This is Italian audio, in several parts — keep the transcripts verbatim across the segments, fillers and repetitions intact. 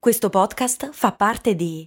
Questo podcast fa parte di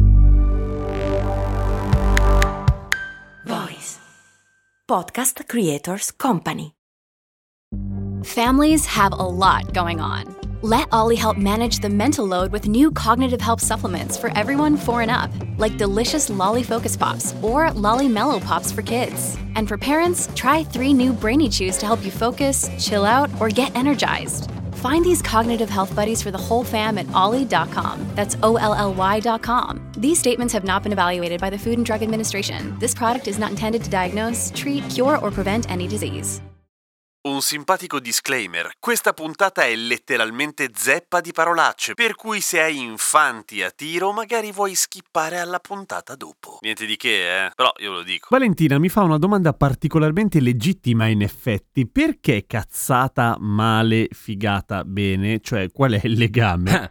Voice Podcast Creators Company. Families have a lot going on. Let Ollie help manage the mental load with new cognitive help supplements for everyone four and up, like delicious Lolly Focus Pops or Lolly Mellow Pops for kids. And for parents, try three new Brainy Chews to help you focus, chill out, or get energized. Find these cognitive health buddies for the whole fam at ollie dot com. That's O L L Y dot com. These statements have not been evaluated by the Food and Drug Administration. This product is not intended to diagnose, treat, cure, or prevent any disease. Un simpatico disclaimer: questa puntata è letteralmente zeppa di parolacce, per cui se hai infanti a tiro magari vuoi skippare alla puntata dopo. Niente di che, eh, però io lo dico. Valentina mi fa una domanda particolarmente legittima in effetti. Perché cazzata male, figata bene? Cioè, qual è il legame?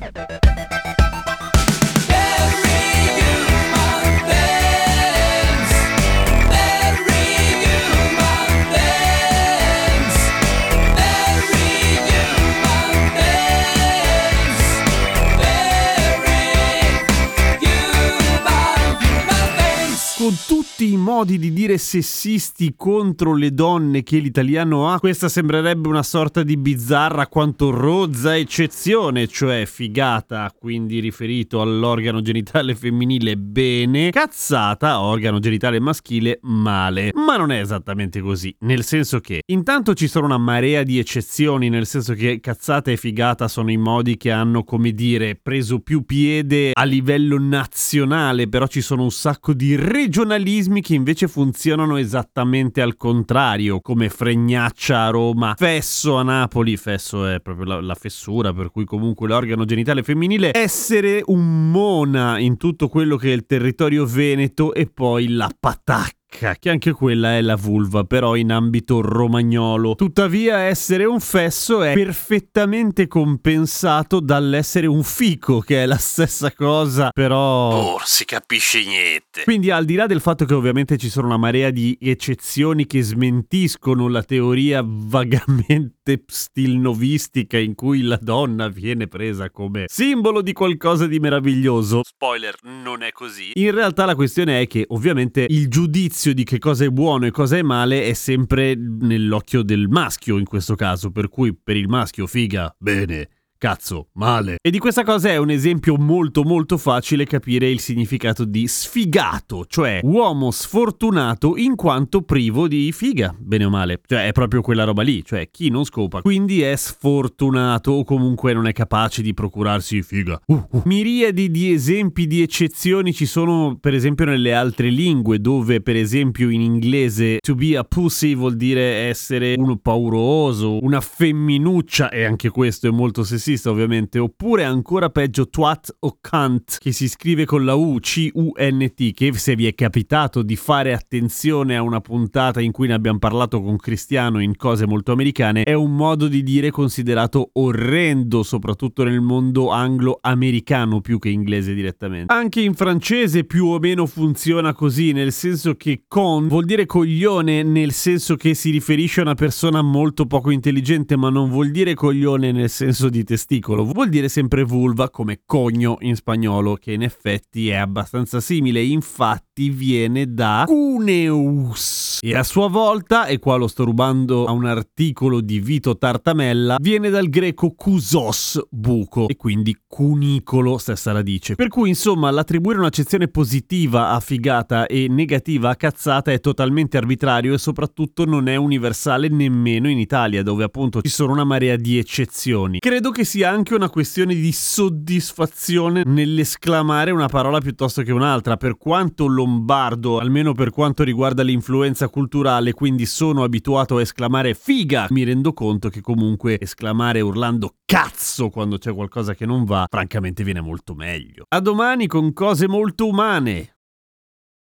Con tutti i modi di dire sessisti contro le donne che l'italiano ha, questa sembrerebbe una sorta di bizzarra quanto rozza eccezione, cioè figata, quindi riferito all'organo genitale femminile, bene, cazzata, organo genitale maschile, male. Ma non è esattamente così, nel senso che intanto ci sono una marea di eccezioni, nel senso che cazzata e figata sono i modi che hanno, come dire, preso più piede a livello nazionale, però ci sono un sacco di regionalismi che invece funzionano esattamente al contrario, come fregnaccia a Roma, fesso a Napoli, fesso è proprio la, la fessura, per cui comunque l'organo genitale femminile, essere un mona in tutto quello che è il territorio veneto, e poi la patacca, che anche quella è la vulva, però in ambito romagnolo. Tuttavia essere un fesso è perfettamente compensato dall'essere un fico, che è la stessa cosa, però Oh, si capisce niente. quindi, al di là del fatto che ovviamente ci sono una marea di eccezioni che smentiscono la teoria vagamente stilnovistica in cui la donna viene presa come simbolo di qualcosa di meraviglioso, Spoiler, non è così. in realtà la questione è che ovviamente il giudizio di che cosa è buono e cosa è male è sempre nell'occhio del maschio in questo caso, per cui per il maschio figa, bene, cazzo, male. E di questa cosa è un esempio molto molto facile capire il significato di sfigato, cioè uomo sfortunato in quanto privo di figa, bene o male. Cioè è proprio quella roba lì, cioè chi non scopa, quindi è sfortunato o comunque non è capace di procurarsi figa. Uh, uh. Miriadi di esempi di eccezioni ci sono per esempio nelle altre lingue, dove per esempio in inglese to be a pussy vuol dire essere uno pauroso, una femminuccia, e anche questo è molto sessista ovviamente, oppure ancora peggio twat o cunt, che si scrive con la U, C U N T, che se vi è capitato di fare attenzione a una puntata in cui ne abbiamo parlato con Cristiano in cose molto americane, è un modo di dire considerato orrendo, soprattutto nel mondo anglo-americano più che inglese direttamente. Anche in francese più o meno funziona così, nel senso che con vuol dire coglione, nel senso che si riferisce a una persona molto poco intelligente, ma non vuol dire coglione nel senso di testicolo, vuol dire sempre vulva, come cogno in spagnolo, che in effetti è abbastanza simile, infatti viene da cuneus, e a sua volta, e qua lo sto rubando a un articolo di Vito Tartamella, viene dal greco kusos, buco, e quindi cunicolo, stessa radice. Per cui insomma l'attribuire un'accezione positiva a figata e negativa a cazzata è totalmente arbitrario, e soprattutto non è universale nemmeno in Italia, dove appunto ci sono una marea di eccezioni. Credo che sia anche una questione di soddisfazione nell'esclamare una parola piuttosto che un'altra, per quanto lombardo, almeno per quanto riguarda l'influenza culturale, quindi sono abituato a esclamare figa, mi rendo conto che comunque esclamare urlando cazzo quando c'è qualcosa che non va, francamente viene molto meglio. A domani con cose molto umane.